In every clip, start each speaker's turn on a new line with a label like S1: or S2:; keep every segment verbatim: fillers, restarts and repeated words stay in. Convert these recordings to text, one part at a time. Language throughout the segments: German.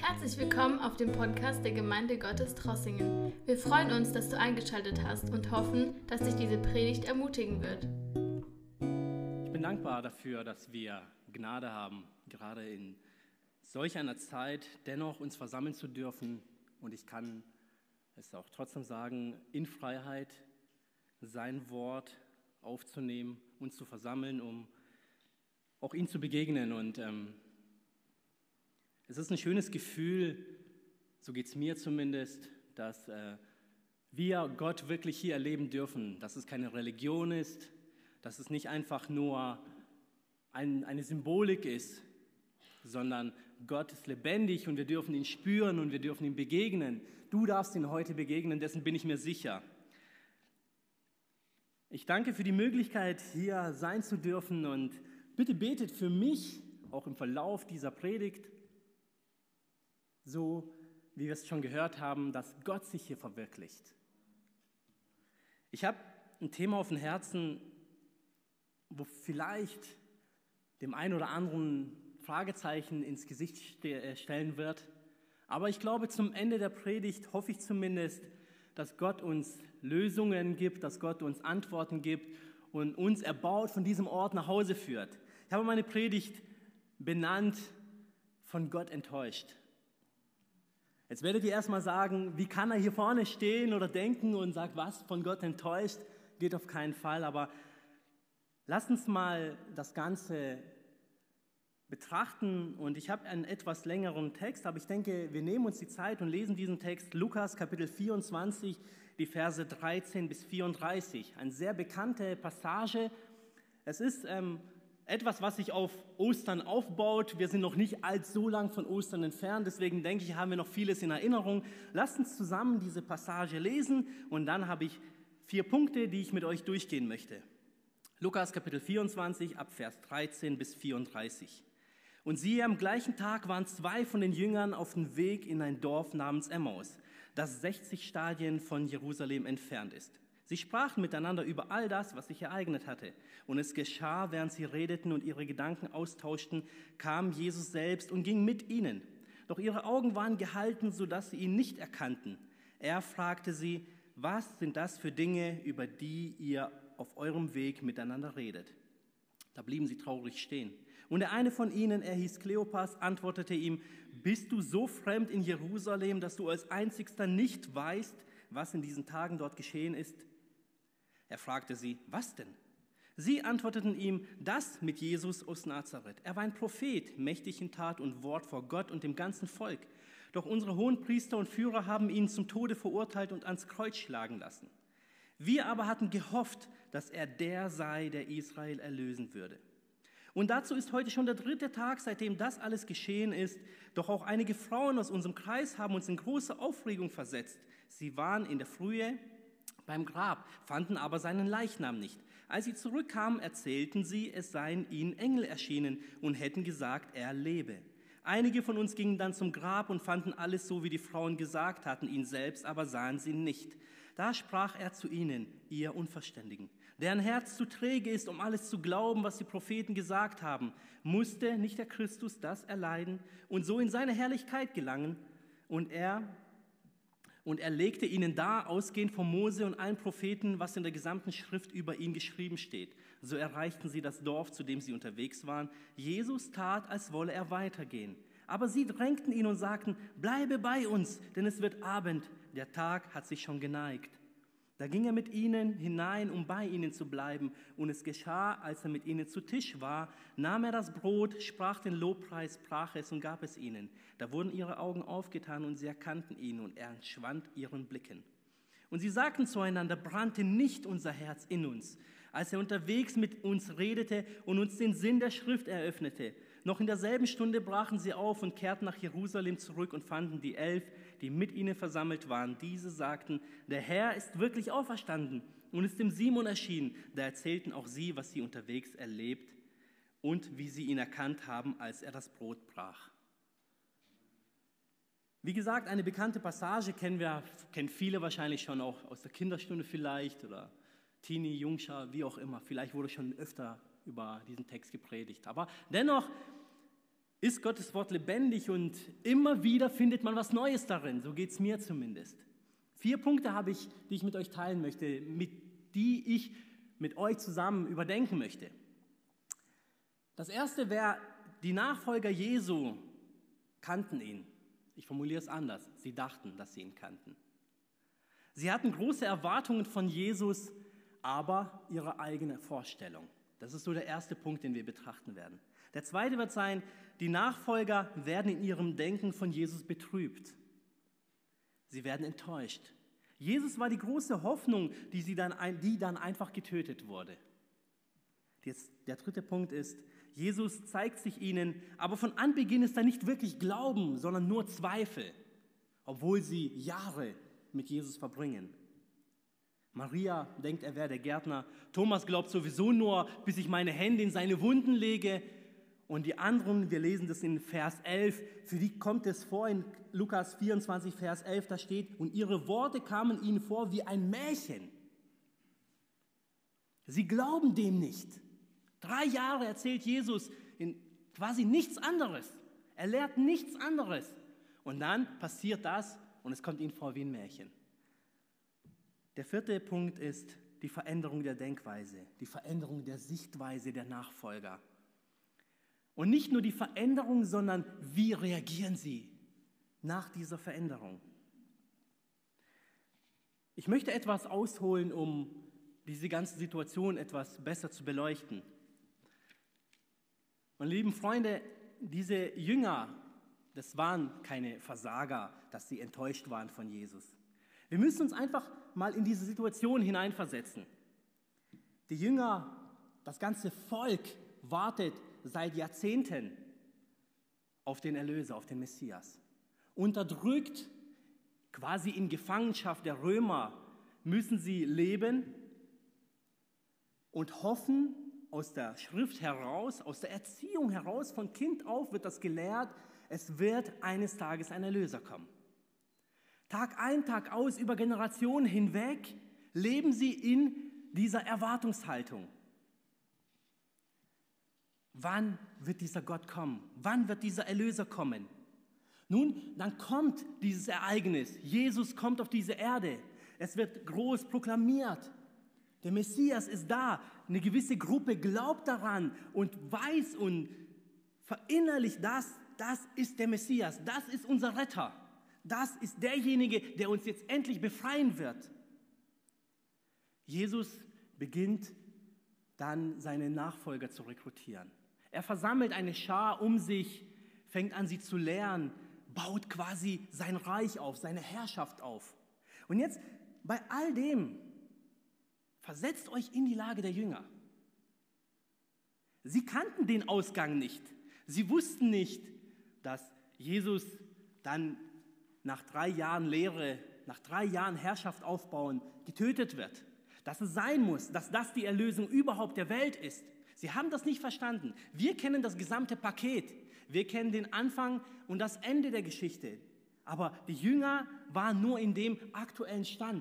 S1: Herzlich willkommen auf dem Podcast der Gemeinde Gottes Trossingen. Wir freuen uns, dass du eingeschaltet hast und hoffen, dass dich diese Predigt ermutigen wird.
S2: Ich bin dankbar dafür, dass wir Gnade haben, gerade in solch einer Zeit dennoch uns versammeln zu dürfen. Und ich kann es auch trotzdem sagen, in Freiheit sein Wort aufzunehmen, uns zu versammeln, um auch ihm zu begegnen. Und ähm, es ist ein schönes Gefühl, so geht es mir zumindest, dass äh, wir Gott wirklich hier erleben dürfen, dass es keine Religion ist, dass es nicht einfach nur ein, eine Symbolik ist, sondern Gott ist lebendig und wir dürfen ihn spüren und wir dürfen ihm begegnen. Du darfst ihn heute begegnen, dessen bin ich mir sicher. Ich danke für die Möglichkeit, hier sein zu dürfen und bitte betet für mich, auch im Verlauf dieser Predigt, so wie wir es schon gehört haben, dass Gott sich hier verwirklicht. Ich habe ein Thema auf dem Herzen, wo vielleicht dem einen oder anderen Fragezeichen ins Gesicht stellen wird. Aber ich glaube, zum Ende der Predigt hoffe ich zumindest, dass Gott uns Lösungen gibt, dass Gott uns Antworten gibt und uns erbaut von diesem Ort nach Hause führt. Ich habe meine Predigt benannt, von Gott enttäuscht. Jetzt werdet ihr erstmal sagen, wie kann er hier vorne stehen oder denken und sagt, was, von Gott enttäuscht? Geht auf keinen Fall, aber lasst uns mal das Ganze betrachten und ich habe einen etwas längeren Text, aber ich denke, wir nehmen uns die Zeit und lesen diesen Text, Lukas Kapitel vierundzwanzig, die Verse dreizehn bis vierunddreißig. Eine sehr bekannte Passage. Es ist ähm, etwas, was sich auf Ostern aufbaut. Wir sind noch nicht allzu lang von Ostern entfernt, deswegen denke ich, haben wir noch vieles in Erinnerung. Lasst uns zusammen diese Passage lesen und dann habe ich vier Punkte, die ich mit euch durchgehen möchte. Lukas Kapitel vierundzwanzig, ab Vers dreizehn bis vierunddreißig. Und siehe, am gleichen Tag waren zwei von den Jüngern auf dem Weg in ein Dorf namens Emmaus, das sechzig Stadien von Jerusalem entfernt ist. Sie sprachen miteinander über all das, was sich ereignet hatte. Und es geschah, während sie redeten und ihre Gedanken austauschten, kam Jesus selbst und ging mit ihnen. Doch ihre Augen waren gehalten, sodass sie ihn nicht erkannten. Er fragte sie, was sind das für Dinge, über die ihr auf eurem Weg miteinander redet? Da blieben sie traurig stehen. Und der eine von ihnen, er hieß Kleopas, antwortete ihm, bist du so fremd in Jerusalem, dass du als Einzigster nicht weißt, was in diesen Tagen dort geschehen ist? Er fragte sie, was denn? Sie antworteten ihm, das mit Jesus aus Nazareth. Er war ein Prophet, mächtig in Tat und Wort vor Gott und dem ganzen Volk. Doch unsere Hohenpriester und Führer haben ihn zum Tode verurteilt und ans Kreuz schlagen lassen. Wir aber hatten gehofft, dass er der sei, der Israel erlösen würde. Und dazu ist heute schon der dritte Tag, seitdem das alles geschehen ist. Doch auch einige Frauen aus unserem Kreis haben uns in große Aufregung versetzt. Sie waren in der Frühe beim Grab, fanden aber seinen Leichnam nicht. Als sie zurückkamen, erzählten sie, es seien ihnen Engel erschienen und hätten gesagt, er lebe. Einige von uns gingen dann zum Grab und fanden alles so, wie die Frauen gesagt hatten, ihn selbst aber sahen sie nicht. Da sprach er zu ihnen, ihr Unverständigen, deren Herz zu träge ist, um alles zu glauben, was die Propheten gesagt haben. Musste nicht der Christus das erleiden und so in seine Herrlichkeit gelangen? Und er, und er legte ihnen dar, ausgehend von Mose und allen Propheten, was in der gesamten Schrift über ihn geschrieben steht. So erreichten sie das Dorf, zu dem sie unterwegs waren. Jesus tat, als wolle er weitergehen. Aber sie drängten ihn und sagten, bleibe bei uns, denn es wird Abend, der Tag hat sich schon geneigt. Da ging er mit ihnen hinein, um bei ihnen zu bleiben. Und es geschah, als er mit ihnen zu Tisch war, nahm er das Brot, sprach den Lobpreis, brach es und gab es ihnen. Da wurden ihre Augen aufgetan und sie erkannten ihn und er entschwand ihren Blicken. Und sie sagten zueinander, brannte nicht unser Herz in uns, als er unterwegs mit uns redete und uns den Sinn der Schrift eröffnete. Noch in derselben Stunde brachen sie auf und kehrten nach Jerusalem zurück und fanden die Elf, die mit ihnen versammelt waren. Diese sagten, der Herr ist wirklich auferstanden und ist dem Simon erschienen. Da erzählten auch sie, was sie unterwegs erlebt und wie sie ihn erkannt haben, als er das Brot brach. Wie gesagt, eine bekannte Passage kennen wir, kennen viele wahrscheinlich schon auch aus der Kinderstunde vielleicht oder Teenie, Jungschar, wie auch immer. Vielleicht wurde schon öfter über diesen Text gepredigt. Aber dennoch ist Gottes Wort lebendig und immer wieder findet man was Neues darin. So geht es mir zumindest. Vier Punkte habe ich, die ich mit euch teilen möchte, mit die ich mit euch zusammen überdenken möchte. Das erste wäre, die Nachfolger Jesu kannten ihn. Ich formuliere es anders. Sie dachten, dass sie ihn kannten. Sie hatten große Erwartungen von Jesus, aber ihre eigene Vorstellung. Das ist so der erste Punkt, den wir betrachten werden. Der zweite wird sein, die Nachfolger werden in ihrem Denken von Jesus betrübt. Sie werden enttäuscht. Jesus war die große Hoffnung, die, sie dann, die dann einfach getötet wurde. Jetzt, der dritte Punkt ist, Jesus zeigt sich ihnen, aber von Anbeginn ist da nicht wirklich Glauben, sondern nur Zweifel, obwohl sie Jahre mit Jesus verbringen. Maria denkt, er wäre der Gärtner. Thomas glaubt sowieso nur, bis ich meine Hände in seine Wunden lege. Und die anderen, wir lesen das in Vers elf, für die kommt es vor in Lukas vierundzwanzig, Vers elf, da steht, und ihre Worte kamen ihnen vor wie ein Märchen. Sie glauben dem nicht. Drei Jahre erzählt Jesus in quasi nichts anderes. Er lehrt nichts anderes. Und dann passiert das und es kommt ihnen vor wie ein Märchen. Der vierte Punkt ist die Veränderung der Denkweise, die Veränderung der Sichtweise der Nachfolger. Und nicht nur die Veränderung, sondern wie reagieren sie nach dieser Veränderung. Ich möchte etwas ausholen, um diese ganze Situation etwas besser zu beleuchten. Meine lieben Freunde, diese Jünger, das waren keine Versager, dass sie enttäuscht waren von Jesus. Wir müssen uns einfach mal in diese Situation hineinversetzen. Die Jünger, das ganze Volk wartet seit Jahrzehnten auf den Erlöser, auf den Messias. Unterdrückt, quasi in Gefangenschaft der Römer, müssen sie leben und hoffen, aus der Schrift heraus, aus der Erziehung heraus, von Kind auf wird das gelehrt, es wird eines Tages ein Erlöser kommen. Tag ein, Tag aus, über Generationen hinweg leben sie in dieser Erwartungshaltung. Wann wird dieser Gott kommen? Wann wird dieser Erlöser kommen? Nun, dann kommt dieses Ereignis. Jesus kommt auf diese Erde. Es wird groß proklamiert. Der Messias ist da. Eine gewisse Gruppe glaubt daran und weiß und verinnerlicht das, das ist der Messias, das ist unser Retter. Das ist derjenige, der uns jetzt endlich befreien wird. Jesus beginnt dann seine Nachfolger zu rekrutieren. Er versammelt eine Schar um sich, fängt an sie zu lehren, baut quasi sein Reich auf, seine Herrschaft auf. Und jetzt bei all dem, versetzt euch in die Lage der Jünger. Sie kannten den Ausgang nicht. Sie wussten nicht, dass Jesus dann nach drei Jahren Lehre, nach drei Jahren Herrschaft aufbauen, getötet wird. Dass es sein muss, dass das die Erlösung überhaupt der Welt ist. Sie haben das nicht verstanden. Wir kennen das gesamte Paket. Wir kennen den Anfang und das Ende der Geschichte. Aber die Jünger waren nur in dem aktuellen Stand.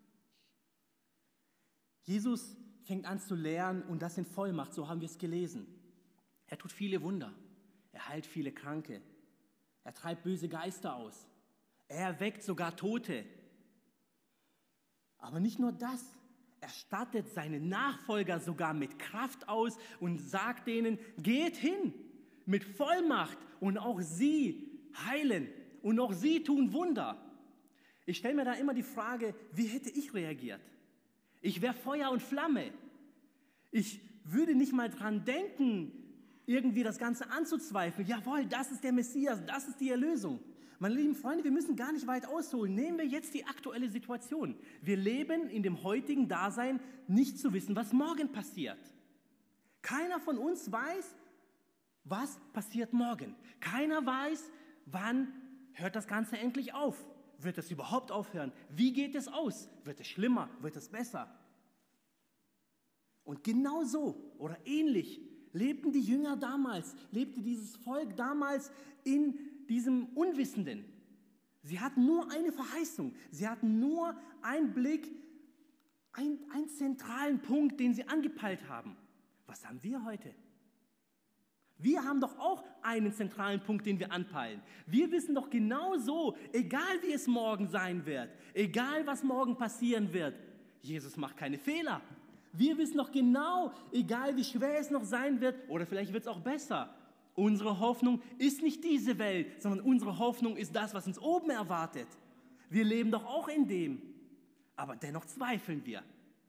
S2: Jesus fängt an zu lehren und das in Vollmacht, so haben wir es gelesen. Er tut viele Wunder. Er heilt viele Kranke. Er treibt böse Geister aus. Er erweckt sogar Tote. Aber nicht nur das. Er stattet seine Nachfolger sogar mit Kraft aus und sagt denen, geht hin mit Vollmacht und auch sie heilen und auch sie tun Wunder. Ich stelle mir da immer die Frage, wie hätte ich reagiert? Ich wäre Feuer und Flamme. Ich würde nicht mal dran denken, irgendwie das Ganze anzuzweifeln. Jawohl, das ist der Messias, das ist die Erlösung. Meine lieben Freunde, wir müssen gar nicht weit ausholen. Nehmen wir jetzt die aktuelle Situation. Wir leben in dem heutigen Dasein, nicht zu wissen, was morgen passiert. Keiner von uns weiß, was passiert morgen. Keiner weiß, wann hört das Ganze endlich auf. Wird es überhaupt aufhören? Wie geht es aus? Wird es schlimmer? Wird es besser? Und genau so oder ähnlich lebten die Jünger damals, lebte dieses Volk damals in diesem Unwissenden. Sie hatten nur eine Verheißung, sie hatten nur einen Blick, einen, einen zentralen Punkt, den sie angepeilt haben. Was haben wir heute? Wir haben doch auch einen zentralen Punkt, den wir anpeilen. Wir wissen doch genau so, egal wie es morgen sein wird, egal was morgen passieren wird, Jesus macht keine Fehler. Wir wissen doch genau, egal wie schwer es noch sein wird, oder vielleicht wird es auch besser. Unsere Hoffnung ist nicht diese Welt, sondern unsere Hoffnung ist das, was uns oben erwartet. Wir leben doch auch in dem, aber dennoch zweifeln wir.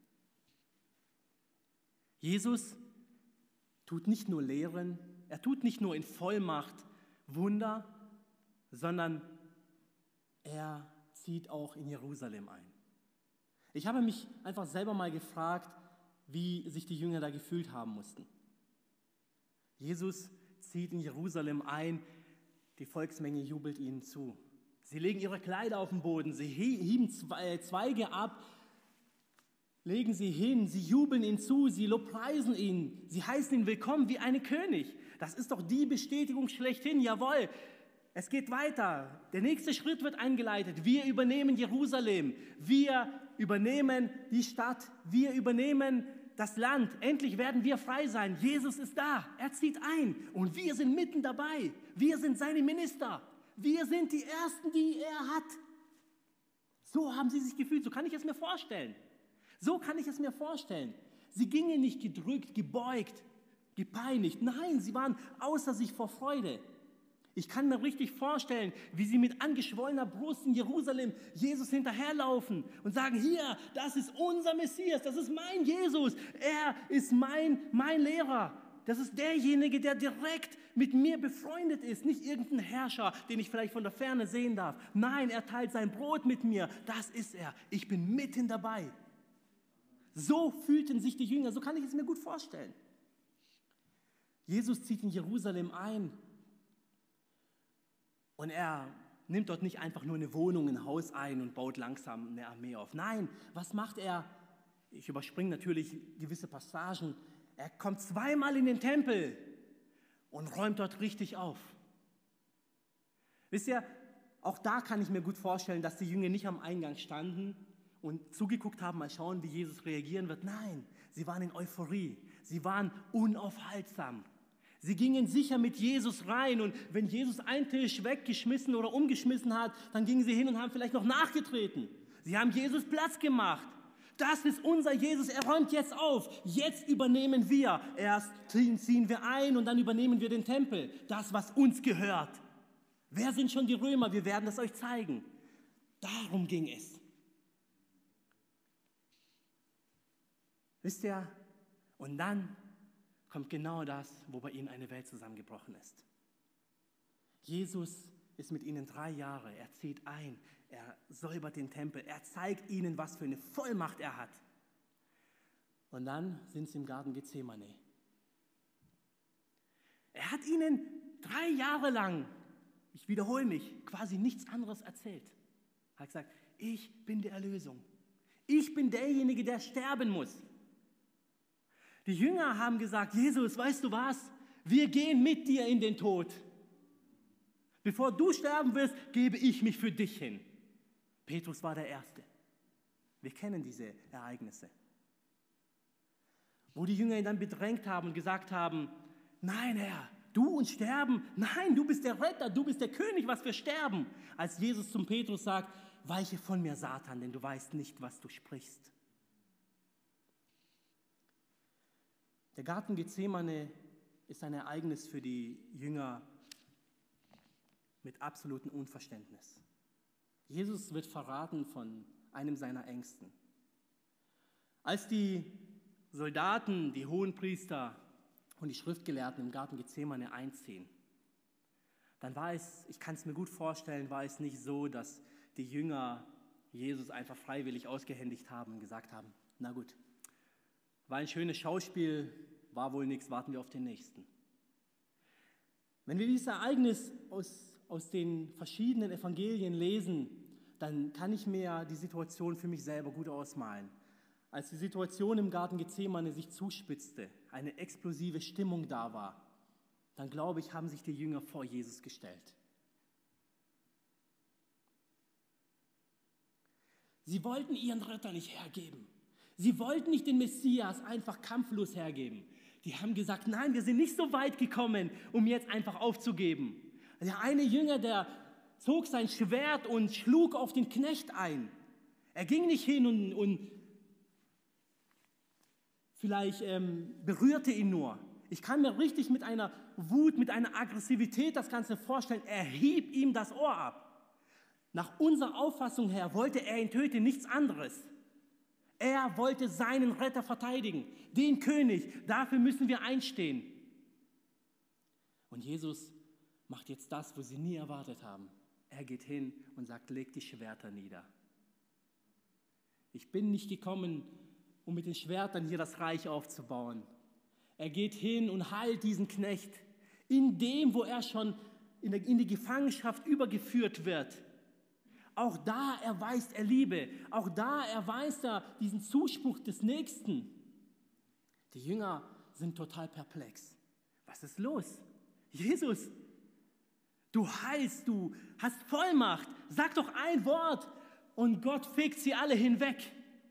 S2: Jesus tut nicht nur Lehren, er tut nicht nur in Vollmacht Wunder, sondern er zieht auch in Jerusalem ein. Ich habe mich einfach selber mal gefragt, wie sich die Jünger da gefühlt haben mussten. Jesus zieht in Jerusalem ein, die Volksmenge jubelt ihnen zu. Sie legen ihre Kleider auf den Boden, sie hieben Zweige ab, legen sie hin, sie jubeln ihn zu, sie lobpreisen ihn, sie heißen ihn willkommen wie einen König. Das ist doch die Bestätigung schlechthin, jawohl, es geht weiter. Der nächste Schritt wird eingeleitet. Wir übernehmen Jerusalem, wir übernehmen die Stadt, wir übernehmen das Land. Endlich werden wir frei sein. Jesus ist da, er zieht ein und wir sind mitten dabei. Wir sind seine Minister, wir sind die Ersten, die er hat. So haben sie sich gefühlt, so kann ich es mir vorstellen. So kann ich es mir vorstellen. Sie gingen nicht gedrückt, gebeugt, gepeinigt. Nein, sie waren außer sich vor Freude. Ich kann mir richtig vorstellen, wie sie mit angeschwollener Brust in Jerusalem Jesus hinterherlaufen und sagen, hier, das ist unser Messias, das ist mein Jesus, er ist mein, mein Lehrer. Das ist derjenige, der direkt mit mir befreundet ist, nicht irgendein Herrscher, den ich vielleicht von der Ferne sehen darf. Nein, er teilt sein Brot mit mir, das ist er, ich bin mitten dabei. So fühlten sich die Jünger, so kann ich es mir gut vorstellen. Jesus zieht in Jerusalem ein und er nimmt dort nicht einfach nur eine Wohnung, ein Haus ein und baut langsam eine Armee auf. Nein, was macht er? Ich überspringe natürlich gewisse Passagen. Er kommt zweimal in den Tempel und räumt dort richtig auf. Wisst ihr, auch da kann ich mir gut vorstellen, dass die Jünger nicht am Eingang standen und zugeguckt haben, mal schauen, wie Jesus reagieren wird. Nein, sie waren in Euphorie, sie waren unaufhaltsam. Sie gingen sicher mit Jesus rein und wenn Jesus einen Tisch weggeschmissen oder umgeschmissen hat, dann gingen sie hin und haben vielleicht noch nachgetreten. Sie haben Jesus Platz gemacht. Das ist unser Jesus, er räumt jetzt auf. Jetzt übernehmen wir. Erst ziehen wir ein und dann übernehmen wir den Tempel. Das, was uns gehört. Wer sind schon die Römer? Wir werden es euch zeigen. Darum ging es. Wisst ihr? Und dann kommt genau das, wo bei ihnen eine Welt zusammengebrochen ist. Jesus ist mit ihnen drei Jahre, er zieht ein, er säubert den Tempel, er zeigt ihnen, was für eine Vollmacht er hat. Und dann sind sie im Garten Gethsemane. Er hat ihnen drei Jahre lang, ich wiederhole mich, quasi nichts anderes erzählt. Er hat gesagt, ich bin die Erlösung. Ich bin derjenige, der sterben muss. Die Jünger haben gesagt, Jesus, weißt du was? Wir gehen mit dir in den Tod. Bevor du sterben wirst, gebe ich mich für dich hin. Petrus war der Erste. Wir kennen diese Ereignisse. Wo die Jünger ihn dann bedrängt haben und gesagt haben, nein Herr, du uns sterben? Nein, du bist der Retter, du bist der König, was wir sterben. Als Jesus zum Petrus sagt, weiche von mir, Satan, denn du weißt nicht, was du sprichst. Der Garten Gethsemane ist ein Ereignis für die Jünger mit absolutem Unverständnis. Jesus wird verraten von einem seiner Ängsten. Als die Soldaten, die Hohenpriester und die Schriftgelehrten im Garten Gethsemane einziehen, dann war es, ich kann es mir gut vorstellen, war es nicht so, dass die Jünger Jesus einfach freiwillig ausgehändigt haben und gesagt haben, na gut, war ein schönes Schauspiel, war wohl nichts, warten wir auf den nächsten. Wenn wir dieses Ereignis aus, aus den verschiedenen Evangelien lesen, dann kann ich mir die Situation für mich selber gut ausmalen. Als die Situation im Garten Gethsemane sich zuspitzte, eine explosive Stimmung da war, dann glaube ich, haben sich die Jünger vor Jesus gestellt. Sie wollten ihren Retter nicht hergeben. Sie wollten nicht den Messias einfach kampflos hergeben. Die haben gesagt, nein, wir sind nicht so weit gekommen, um jetzt einfach aufzugeben. Der eine Jünger, der zog sein Schwert und schlug auf den Knecht ein. Er ging nicht hin und, und vielleicht ähm, berührte ihn nur. Ich kann mir richtig mit einer Wut, mit einer Aggressivität das Ganze vorstellen. Er hieb ihm das Ohr ab. Nach unserer Auffassung her wollte er ihn töten, nichts anderes. Er wollte seinen Retter verteidigen, den König. Dafür müssen wir einstehen. Und Jesus macht jetzt das, was sie nie erwartet haben. Er geht hin und sagt, leg die Schwerter nieder. Ich bin nicht gekommen, um mit den Schwertern hier das Reich aufzubauen. Er geht hin und heilt diesen Knecht. In dem, wo er schon in, der, in die Gefangenschaft übergeführt wird. Auch da erweist er Liebe. Auch da erweist er diesen Zuspruch des Nächsten. Die Jünger sind total perplex. Was ist los? Jesus, du heilst, du hast Vollmacht. Sag doch ein Wort und Gott fegt sie alle hinweg.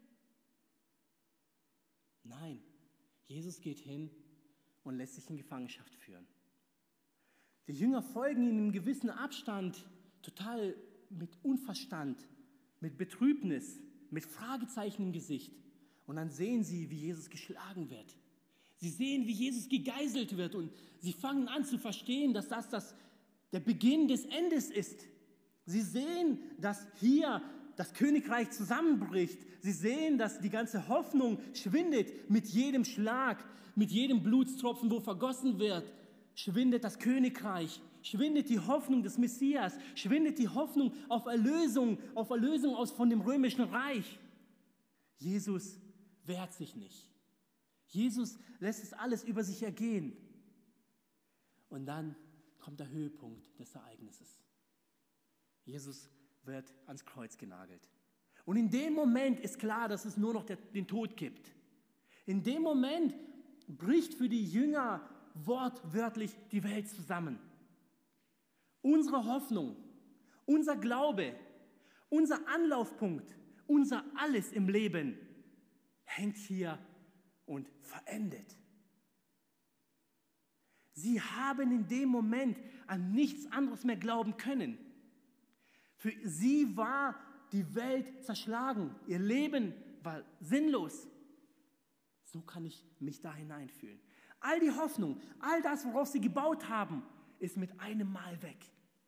S2: Nein, Jesus geht hin und lässt sich in Gefangenschaft führen. Die Jünger folgen ihm in gewissem Abstand, total mit Unverstand, mit Betrübnis, mit Fragezeichen im Gesicht. Und dann sehen sie, wie Jesus geschlagen wird. Sie sehen, wie Jesus gegeißelt wird und sie fangen an zu verstehen, dass das, das der Beginn des Endes ist. Sie sehen, dass hier das Königreich zusammenbricht. Sie sehen, dass die ganze Hoffnung schwindet mit jedem Schlag, mit jedem Blutstropfen, wo vergossen wird, schwindet das Königreich, schwindet die Hoffnung des Messias, schwindet die Hoffnung auf Erlösung, auf Erlösung aus von dem römischen Reich. Jesus wehrt sich nicht. Jesus lässt es alles über sich ergehen. Und dann kommt der Höhepunkt des Ereignisses. Jesus wird ans Kreuz genagelt. Und in dem Moment ist klar, dass es nur noch der, den Tod gibt. In dem Moment bricht für die Jünger wortwörtlich die Welt zusammen. Unsere Hoffnung, unser Glaube, unser Anlaufpunkt, unser Alles im Leben hängt hier und verendet. Sie haben in dem Moment an nichts anderes mehr glauben können. Für sie war die Welt zerschlagen. Ihr Leben war sinnlos. So kann ich mich da hineinfühlen. All die Hoffnung, all das, worauf sie gebaut haben, ist mit einem Mal weg.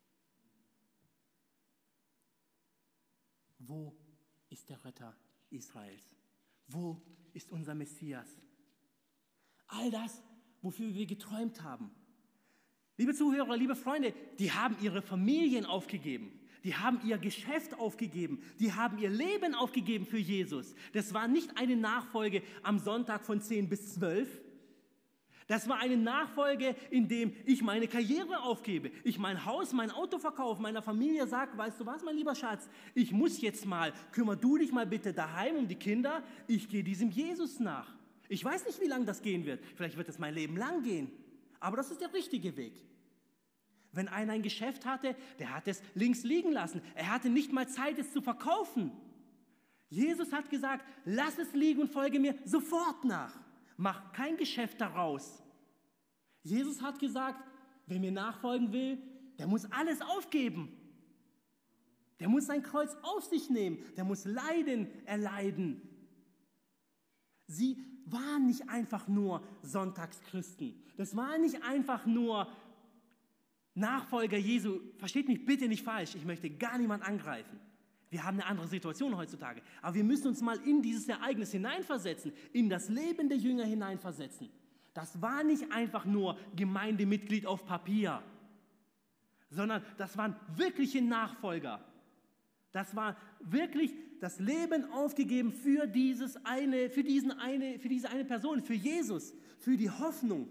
S2: Wo ist der Retter Israels? Wo ist unser Messias? All das, wofür wir geträumt haben. Liebe Zuhörer, liebe Freunde, die haben ihre Familien aufgegeben. Die haben ihr Geschäft aufgegeben. Die haben ihr Leben aufgegeben für Jesus. Das war nicht eine Nachfolge am Sonntag von zehn bis zwölf. Das war eine Nachfolge, in dem ich meine Karriere aufgebe. Ich mein Haus, mein Auto verkaufe, meiner Familie sage, weißt du was, mein lieber Schatz, ich muss jetzt mal, kümmer du dich mal bitte daheim um die Kinder. Ich gehe diesem Jesus nach. Ich weiß nicht, wie lange das gehen wird. Vielleicht wird es mein Leben lang gehen. Aber das ist der richtige Weg. Wenn einer ein Geschäft hatte, der hat es links liegen lassen. Er hatte nicht mal Zeit, es zu verkaufen. Jesus hat gesagt, lass es liegen und folge mir sofort nach. Mach kein Geschäft daraus. Jesus hat gesagt, wer mir nachfolgen will, der muss alles aufgeben. Der muss sein Kreuz auf sich nehmen. Der muss Leiden erleiden. Sie waren nicht einfach nur Sonntagschristen. Das waren nicht einfach nur Nachfolger Jesu. Versteht mich bitte nicht falsch. Ich möchte gar niemand angreifen. Wir haben eine andere Situation heutzutage. Aber wir müssen uns mal in dieses Ereignis hineinversetzen, in das Leben der Jünger hineinversetzen. Das war nicht einfach nur Gemeindemitglied auf Papier, sondern das waren wirkliche Nachfolger. Das war wirklich das Leben aufgegeben für, dieses eine, für, diesen eine, für diese eine Person, für Jesus, für die Hoffnung.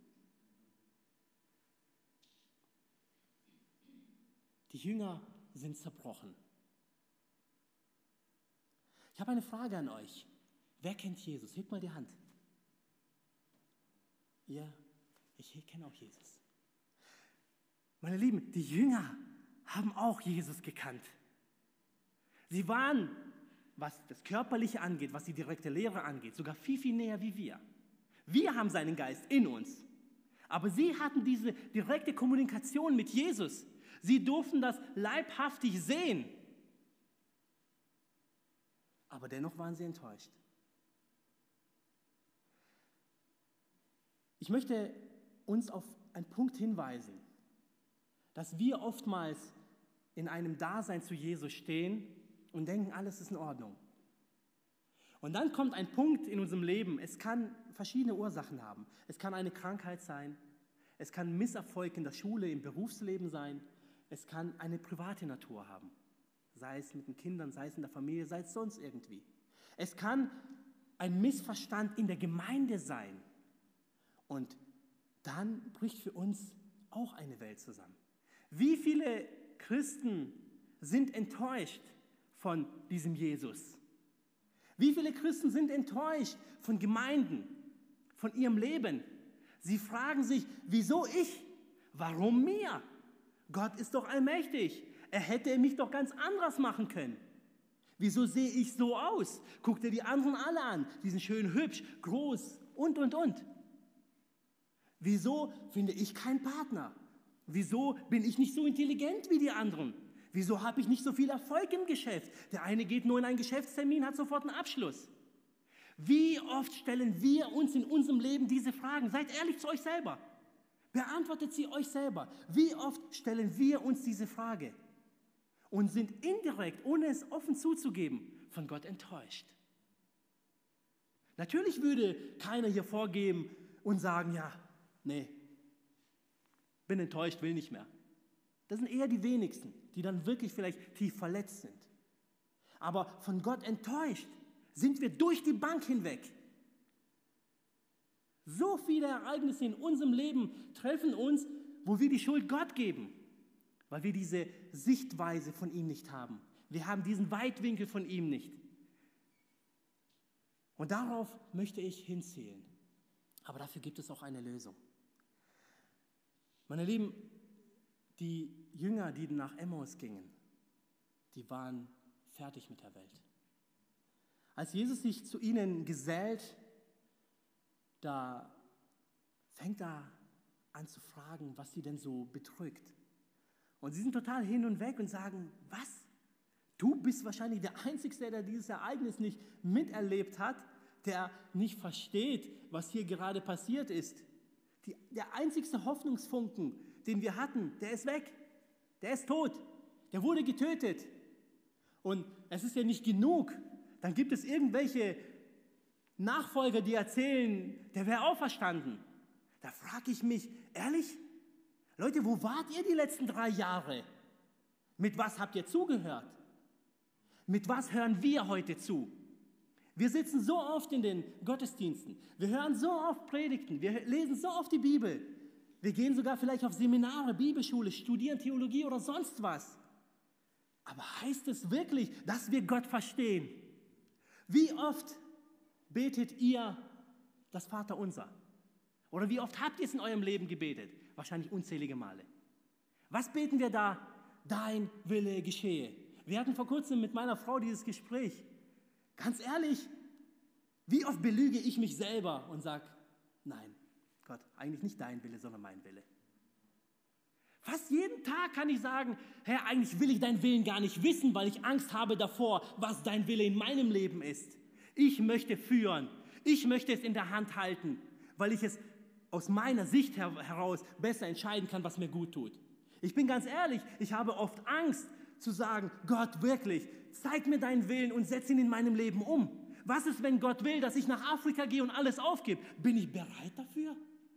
S2: Die Jünger sind zerbrochen. Ich habe eine Frage an euch. Wer kennt Jesus? Hebt mal die Hand. Ja, ich kenne auch Jesus. Meine Lieben, die Jünger haben auch Jesus gekannt. Sie waren, was das Körperliche angeht, was die direkte Lehre angeht, sogar viel, viel näher wie wir. Wir haben seinen Geist in uns. Aber sie hatten diese direkte Kommunikation mit Jesus. Sie durften das leibhaftig sehen. Aber dennoch waren sie enttäuscht. Ich möchte uns auf einen Punkt hinweisen, dass wir oftmals in einem Dasein zu Jesus stehen und denken, alles ist in Ordnung. Und dann kommt ein Punkt in unserem Leben, es kann verschiedene Ursachen haben. Es kann eine Krankheit sein, es kann ein Misserfolg in der Schule, im Berufsleben sein, es kann eine private Natur haben, sei es mit den Kindern, sei es in der Familie, sei es sonst irgendwie. Es kann ein Missverstand in der Gemeinde sein und dann bricht für uns auch eine Welt zusammen. Wie viele Christen sind enttäuscht von diesem Jesus? Wie viele Christen sind enttäuscht von Gemeinden, von ihrem Leben? Sie fragen sich, wieso ich? Warum mir? Gott ist doch allmächtig. Er hätte mich doch ganz anders machen können. Wieso sehe ich so aus? Guck dir die anderen alle an. Die sind schön hübsch, groß und, und, und. Wieso finde ich keinen Partner? Wieso bin ich nicht so intelligent wie die anderen? Wieso habe ich nicht so viel Erfolg im Geschäft? Der eine geht nur in einen Geschäftstermin, hat sofort einen Abschluss. Wie oft stellen wir uns in unserem Leben diese Fragen? Seid ehrlich zu euch selber. Beantwortet sie euch selber. Wie oft stellen wir uns diese Frage und sind indirekt, ohne es offen zuzugeben, von Gott enttäuscht? Natürlich würde keiner hier vorgeben und sagen, ja, nee, bin enttäuscht, will nicht mehr. Das sind eher die wenigsten, die dann wirklich vielleicht tief verletzt sind. Aber von Gott enttäuscht sind wir durch die Bank hinweg. So viele Ereignisse in unserem Leben treffen uns, wo wir die Schuld Gott geben, weil wir diese Sichtweise von ihm nicht haben. Wir haben diesen Weitwinkel von ihm nicht. Und darauf möchte ich hinzielen. Aber dafür gibt es auch eine Lösung. Meine Lieben, die Jünger, die nach Emmaus gingen, die waren fertig mit der Welt. Als Jesus sich zu ihnen gesellt, da fängt er an zu fragen, was sie denn so bedrückt. Und sie sind total hin und weg und sagen, was? Du bist wahrscheinlich der Einzige, der dieses Ereignis nicht miterlebt hat, der nicht versteht, was hier gerade passiert ist. Die, der einzigste Hoffnungsfunken, den wir hatten, der ist weg. Der ist tot. Der wurde getötet. Und es ist ja nicht genug. Dann gibt es irgendwelche Nachfolger, die erzählen, der wäre auferstanden. Da frage ich mich, ehrlich, Leute, wo wart ihr die letzten drei Jahre? Mit was habt ihr zugehört? Mit was hören wir heute zu? Wir sitzen so oft in den Gottesdiensten, wir hören so oft Predigten, wir lesen so oft die Bibel, wir gehen sogar vielleicht auf Seminare, Bibelschule, studieren Theologie oder sonst was. Aber heißt es wirklich, dass wir Gott verstehen? Wie oft betet ihr das Vaterunser? Oder wie oft habt ihr es in eurem Leben gebetet? Wahrscheinlich unzählige Male. Was beten wir da? Dein Wille geschehe. Wir hatten vor kurzem mit meiner Frau dieses Gespräch. Ganz ehrlich, wie oft belüge ich mich selber und sage, nein, Gott, eigentlich nicht dein Wille, sondern mein Wille. Fast jeden Tag kann ich sagen, Herr, eigentlich will ich deinen Willen gar nicht wissen, weil ich Angst habe davor, was dein Wille in meinem Leben ist. Ich möchte führen, ich möchte es in der Hand halten, weil ich es aus meiner Sicht heraus besser entscheiden kann, was mir gut tut. Ich bin ganz ehrlich, ich habe oft Angst zu sagen, Gott, wirklich, zeig mir deinen Willen und setz ihn in meinem Leben um. Was ist, wenn Gott will, dass ich nach Afrika gehe und alles aufgebe? Bin ich bereit dafür?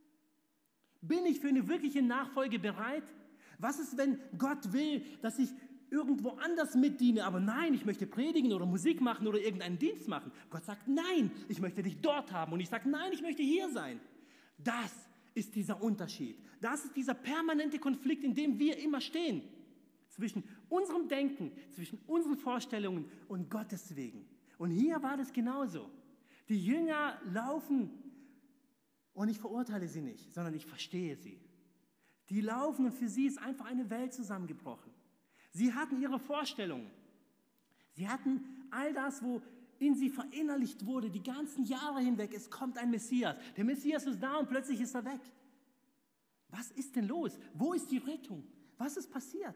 S2: Bin ich für eine wirkliche Nachfolge bereit? Was ist, wenn Gott will, dass ich irgendwo anders mitdiene, aber nein, ich möchte predigen oder Musik machen oder irgendeinen Dienst machen? Gott sagt, nein, ich möchte dich dort haben und ich sage, nein, ich möchte hier sein. Das ist dieser Unterschied. Das ist dieser permanente Konflikt, in dem wir immer stehen. Zwischen unserem Denken, zwischen unseren Vorstellungen und Gottes Wegen. Und hier war das genauso. Die Jünger laufen, und ich verurteile sie nicht, sondern ich verstehe sie. Die laufen und für sie ist einfach eine Welt zusammengebrochen. Sie hatten ihre Vorstellungen. Sie hatten all das, wo in sie verinnerlicht wurde, die ganzen Jahre hinweg, es kommt ein Messias. Der Messias ist da und plötzlich ist er weg. Was ist denn los? Wo ist die Rettung? Was ist passiert?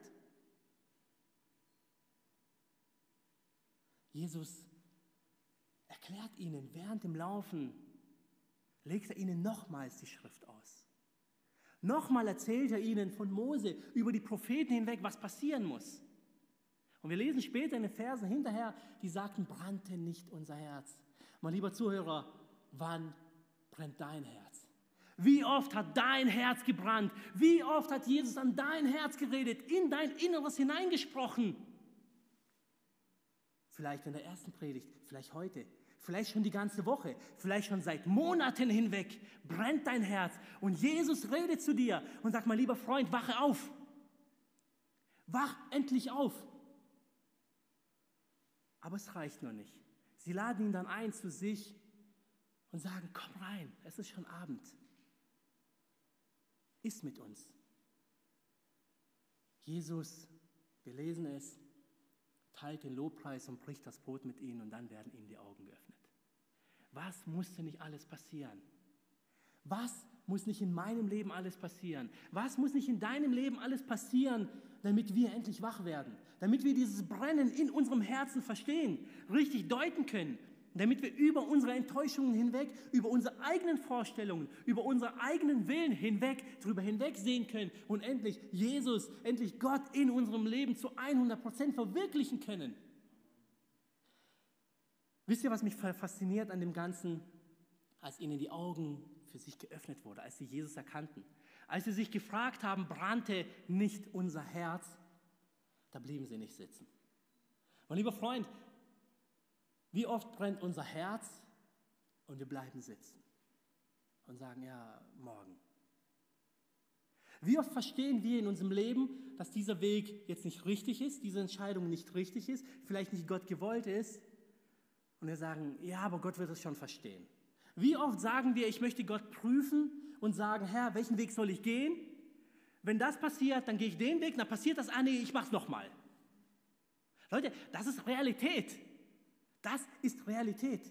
S2: Jesus erklärt ihnen während dem Laufen, legt er ihnen nochmals die Schrift aus. Nochmal erzählt er ihnen von Mose über die Propheten hinweg, was passieren muss. Und wir lesen später in den Versen hinterher, die sagten, brannte nicht unser Herz. Mein lieber Zuhörer, wann brennt dein Herz? Wie oft hat dein Herz gebrannt? Wie oft hat Jesus an dein Herz geredet, in dein Inneres hineingesprochen? Vielleicht in der ersten Predigt, vielleicht heute, vielleicht schon die ganze Woche, vielleicht schon seit Monaten hinweg brennt dein Herz und Jesus redet zu dir und sagt, mein lieber Freund, wache auf. Wach endlich auf. Aber es reicht noch nicht. Sie laden ihn dann ein zu sich und sagen, komm rein, es ist schon Abend. Iss mit uns. Jesus, wir lesen es, teilt den Lobpreis und bricht das Brot mit ihnen und dann werden ihnen die Augen geöffnet. Was musste nicht alles passieren? Was muss nicht in meinem Leben alles passieren? Was muss nicht in deinem Leben alles passieren, damit wir endlich wach werden? Damit wir dieses Brennen in unserem Herzen verstehen, richtig deuten können, damit wir über unsere Enttäuschungen hinweg, über unsere eigenen Vorstellungen, über unseren eigenen Willen hinweg, darüber hinweg sehen können und endlich Jesus, endlich Gott in unserem Leben zu hundert Prozent verwirklichen können. Wisst ihr, was mich fasziniert an dem Ganzen? Als ihnen die Augen für sich geöffnet wurden, als sie Jesus erkannten, als sie sich gefragt haben, brannte nicht unser Herz, da blieben sie nicht sitzen. Mein lieber Freund, wie oft brennt unser Herz und wir bleiben sitzen und sagen, ja, morgen. Wie oft verstehen wir in unserem Leben, dass dieser Weg jetzt nicht richtig ist, diese Entscheidung nicht richtig ist, vielleicht nicht Gott gewollt ist und wir sagen, ja, aber Gott wird es schon verstehen. Wie oft sagen wir, ich möchte Gott prüfen und sagen, Herr, welchen Weg soll ich gehen? Wenn das passiert, dann gehe ich den Weg, dann passiert das, ah nee, ich mache es nochmal. Leute, das ist Realität. Das ist Realität.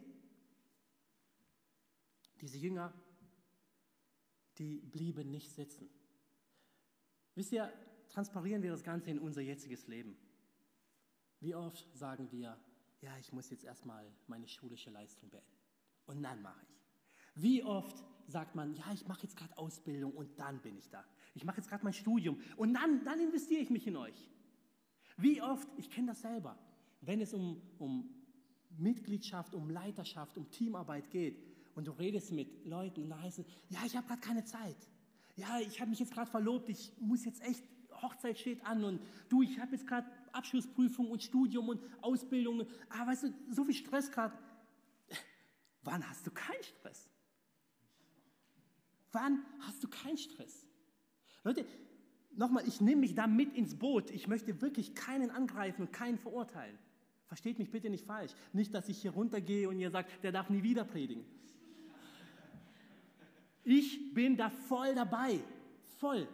S2: Diese Jünger, die blieben nicht sitzen. Wisst ihr, transparieren wir das Ganze in unser jetziges Leben. Wie oft sagen wir, ja, ich muss jetzt erstmal meine schulische Leistung beenden. Und dann mache ich. Wie oft sagt man, ja, ich mache jetzt gerade Ausbildung und dann bin ich da. Ich mache jetzt gerade mein Studium und dann, dann investiere ich mich in euch. Wie oft, ich kenne das selber, wenn es um, um Mitgliedschaft, um Leiterschaft, um Teamarbeit geht und du redest mit Leuten und da heißt es, ja, ich habe gerade keine Zeit. Ja, ich habe mich jetzt gerade verlobt, ich muss jetzt echt, Hochzeit steht an und du, ich habe jetzt gerade Abschlussprüfung und Studium und Ausbildung. Ah, weißt du, so viel Stress gerade. Wann hast du keinen Stress? Wann hast du keinen Stress? Leute, nochmal, ich nehme mich da mit ins Boot. Ich möchte wirklich keinen angreifen und keinen verurteilen. Versteht mich bitte nicht falsch. Nicht, dass ich hier runtergehe und ihr sagt, der darf nie wieder predigen. Ich bin da voll dabei. Voll.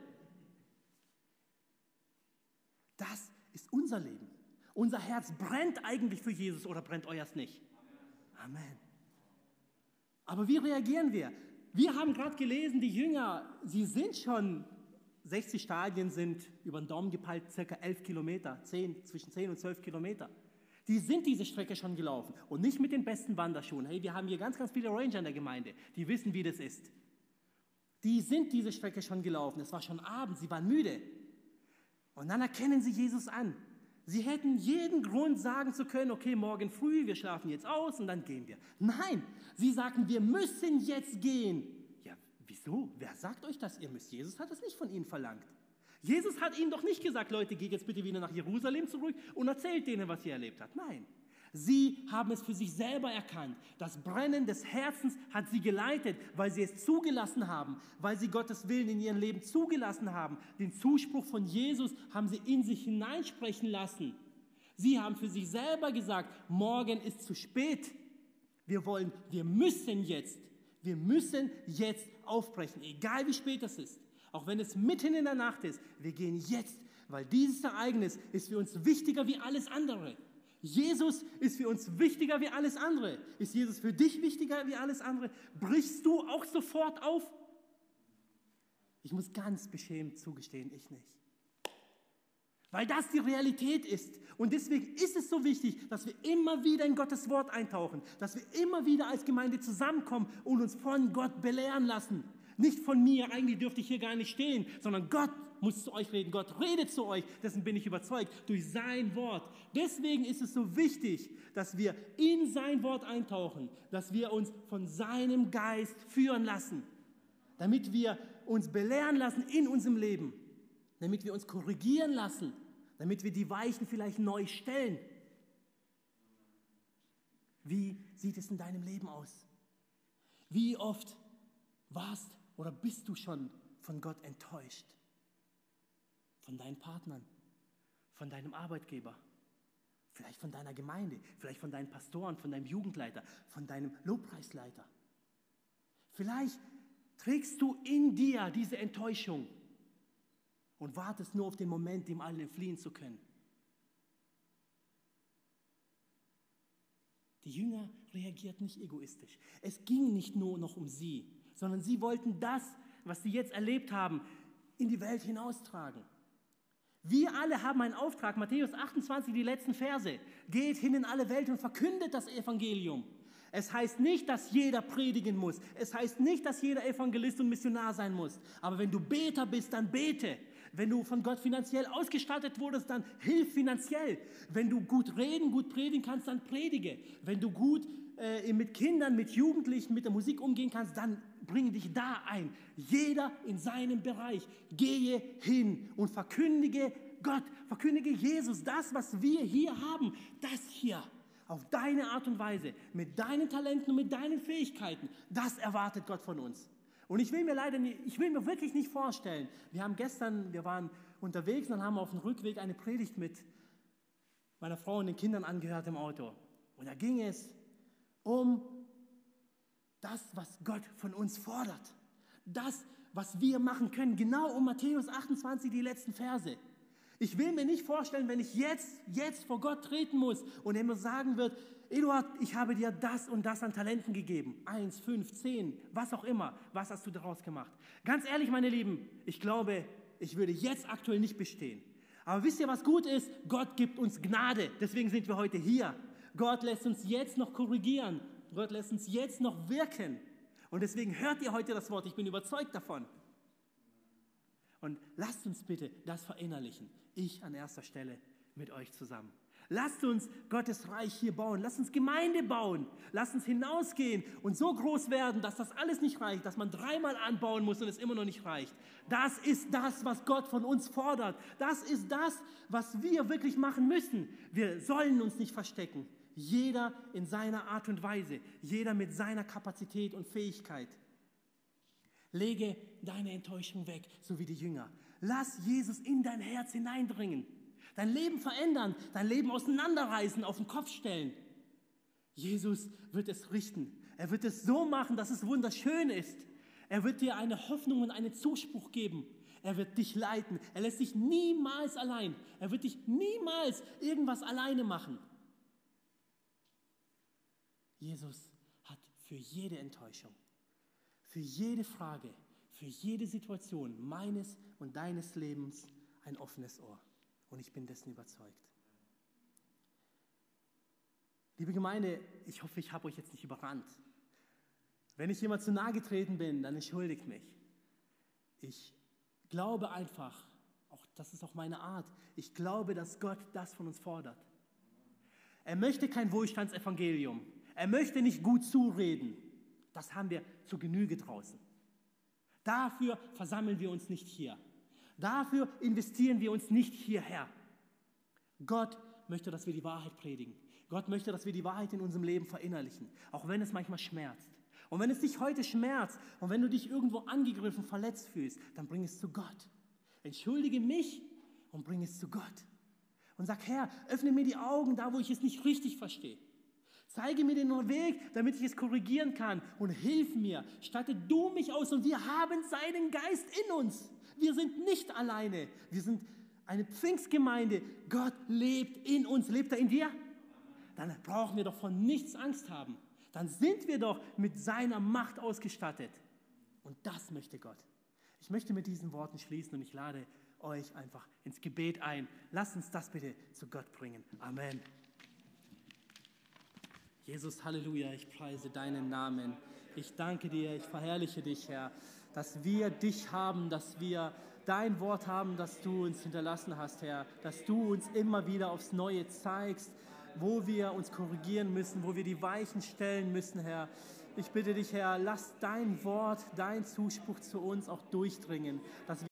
S2: Das ist unser Leben. Unser Herz brennt eigentlich für Jesus oder brennt euers nicht? Amen. Aber wie reagieren wir? Wir haben gerade gelesen, die Jünger, sie sind schon, sechzig Stadien sind über den Daumen gepeilt, circa elf Kilometer, zehn, zwischen zehn und zwölf Kilometer. Die sind diese Strecke schon gelaufen und nicht mit den besten Wanderschuhen. Hey, wir haben hier ganz, ganz viele Ranger in der Gemeinde, die wissen, wie das ist. Die sind diese Strecke schon gelaufen, es war schon Abend, sie waren müde. Und dann erkennen sie Jesus an. Sie hätten jeden Grund sagen zu können, okay, morgen früh, wir schlafen jetzt aus und dann gehen wir. Nein, sie sagten, wir müssen jetzt gehen. Ja, wieso? Wer sagt euch das? Ihr müsst. Jesus hat es nicht von ihnen verlangt. Jesus hat ihnen doch nicht gesagt, Leute, geht jetzt bitte wieder nach Jerusalem zurück und erzählt denen, was ihr erlebt habt. Nein, sie haben es für sich selber erkannt. Das Brennen des Herzens hat sie geleitet, weil sie es zugelassen haben, weil sie Gottes Willen in ihrem Leben zugelassen haben. Den Zuspruch von Jesus haben sie in sich hineinsprechen lassen. Sie haben für sich selber gesagt, morgen ist zu spät. Wir wollen, wir müssen jetzt, wir müssen jetzt aufbrechen, egal wie spät es ist. Auch wenn es mitten in der Nacht ist, wir gehen jetzt, weil dieses Ereignis ist für uns wichtiger wie alles andere. Jesus ist für uns wichtiger wie alles andere. Ist Jesus für dich wichtiger wie alles andere? Brichst du auch sofort auf? Ich muss ganz beschämt zugestehen, ich nicht. Weil das die Realität ist. Und deswegen ist es so wichtig, dass wir immer wieder in Gottes Wort eintauchen, dass wir immer wieder als Gemeinde zusammenkommen und uns von Gott belehren lassen. Nicht von mir, eigentlich dürfte ich hier gar nicht stehen, sondern Gott muss zu euch reden. Gott redet zu euch, dessen bin ich überzeugt, durch sein Wort. Deswegen ist es so wichtig, dass wir in sein Wort eintauchen, dass wir uns von seinem Geist führen lassen, damit wir uns belehren lassen in unserem Leben, damit wir uns korrigieren lassen, damit wir die Weichen vielleicht neu stellen. Wie sieht es in deinem Leben aus? Wie oft warst oder bist du schon von Gott enttäuscht? Von deinen Partnern, von deinem Arbeitgeber, vielleicht von deiner Gemeinde, vielleicht von deinen Pastoren, von deinem Jugendleiter, von deinem Lobpreisleiter. Vielleicht trägst du in dir diese Enttäuschung und wartest nur auf den Moment, dem allen entfliehen zu können. Die Jünger reagierten nicht egoistisch. Es ging nicht nur noch um sie, sondern sie wollten das, was sie jetzt erlebt haben, in die Welt hinaustragen. Wir alle haben einen Auftrag, Matthäus achtundzwanzig, die letzten Verse. Geht hin in alle Welt und verkündet das Evangelium. Es heißt nicht, dass jeder predigen muss. Es heißt nicht, dass jeder Evangelist und Missionar sein muss. Aber wenn du Beter bist, dann bete. Wenn du von Gott finanziell ausgestattet wurdest, dann hilf finanziell. Wenn du gut reden, gut predigen kannst, dann predige. Wenn du gut äh, mit Kindern, mit Jugendlichen, mit der Musik umgehen kannst, dann bringe dich da ein. Jeder in seinem Bereich. Gehe hin und verkündige Gott, verkündige Jesus. Das, was wir hier haben, das hier. Auf deine Art und Weise, mit deinen Talenten und mit deinen Fähigkeiten. Das erwartet Gott von uns. Und ich will mir leider nicht, ich will mir wirklich nicht vorstellen, wir haben gestern, wir waren unterwegs und haben auf dem Rückweg eine Predigt mit meiner Frau und den Kindern angehört im Auto. Und da ging es um das, was Gott von uns fordert. Das, was wir machen können, genau um Matthäus achtundzwanzig, die letzten Verse. Ich will mir nicht vorstellen, wenn ich jetzt, jetzt vor Gott treten muss und er mir sagen wird, Eduard, ich habe dir das und das an Talenten gegeben. Eins, fünf, zehn, was auch immer. Was hast du daraus gemacht? Ganz ehrlich, meine Lieben, ich glaube, ich würde jetzt aktuell nicht bestehen. Aber wisst ihr, was gut ist? Gott gibt uns Gnade. Deswegen sind wir heute hier. Gott lässt uns jetzt noch korrigieren. Gott lässt uns jetzt noch wirken. Und deswegen hört ihr heute das Wort. Ich bin überzeugt davon. Und lasst uns bitte das verinnerlichen. Ich an erster Stelle mit euch zusammen. Lasst uns Gottes Reich hier bauen. Lasst uns Gemeinde bauen. Lasst uns hinausgehen und so groß werden, dass das alles nicht reicht, dass man dreimal anbauen muss und es immer noch nicht reicht. Das ist das, was Gott von uns fordert. Das ist das, was wir wirklich machen müssen. Wir sollen uns nicht verstecken. Jeder in seiner Art und Weise. Jeder mit seiner Kapazität und Fähigkeit. Lege deine Enttäuschung weg, so wie die Jünger. Lass Jesus in dein Herz hineindringen. Dein Leben verändern, dein Leben auseinanderreißen, auf den Kopf stellen. Jesus wird es richten. Er wird es so machen, dass es wunderschön ist. Er wird dir eine Hoffnung und einen Zuspruch geben. Er wird dich leiten. Er lässt dich niemals allein. Er wird dich niemals irgendwas alleine machen. Jesus hat für jede Enttäuschung, für jede Frage, für jede Situation meines und deines Lebens ein offenes Ohr. Und ich bin dessen überzeugt. Liebe Gemeinde, ich hoffe, ich habe euch jetzt nicht überrannt. Wenn ich jemand zu nahe getreten bin, dann entschuldigt mich. Ich glaube einfach, auch das ist auch meine Art, ich glaube, dass Gott das von uns fordert. Er möchte kein Wohlstandsevangelium. Er möchte nicht gut zureden. Das haben wir zur Genüge draußen. Dafür versammeln wir uns nicht hier. Dafür investieren wir uns nicht hierher. Gott möchte, dass wir die Wahrheit predigen. Gott möchte, dass wir die Wahrheit in unserem Leben verinnerlichen, auch wenn es manchmal schmerzt. Und wenn es dich heute schmerzt und wenn du dich irgendwo angegriffen, verletzt fühlst, dann bring es zu Gott. Entschuldige mich und bring es zu Gott. Und sag, Herr, öffne mir die Augen da, wo ich es nicht richtig verstehe. Zeige mir den Weg, damit ich es korrigieren kann und hilf mir. Statte du mich aus und wir haben seinen Geist in uns. Wir sind nicht alleine. Wir sind eine Pfingstgemeinde. Gott lebt in uns. Lebt er in dir? dann brauchen wir doch von nichts Angst haben. Dann sind wir doch mit seiner Macht ausgestattet. Und das möchte Gott. Ich möchte mit diesen Worten schließen und ich lade euch einfach ins Gebet ein. Lasst uns das bitte zu Gott bringen. Amen. Jesus, Halleluja, ich preise deinen Namen. Ich danke dir, ich verherrliche dich, Herr, dass wir dich haben, dass wir dein Wort haben, das du uns hinterlassen hast, Herr, dass du uns immer wieder aufs Neue zeigst, wo wir uns korrigieren müssen, wo wir die Weichen stellen müssen, Herr. Ich bitte dich, Herr, lass dein Wort, dein Zuspruch zu uns auch durchdringen, dass wir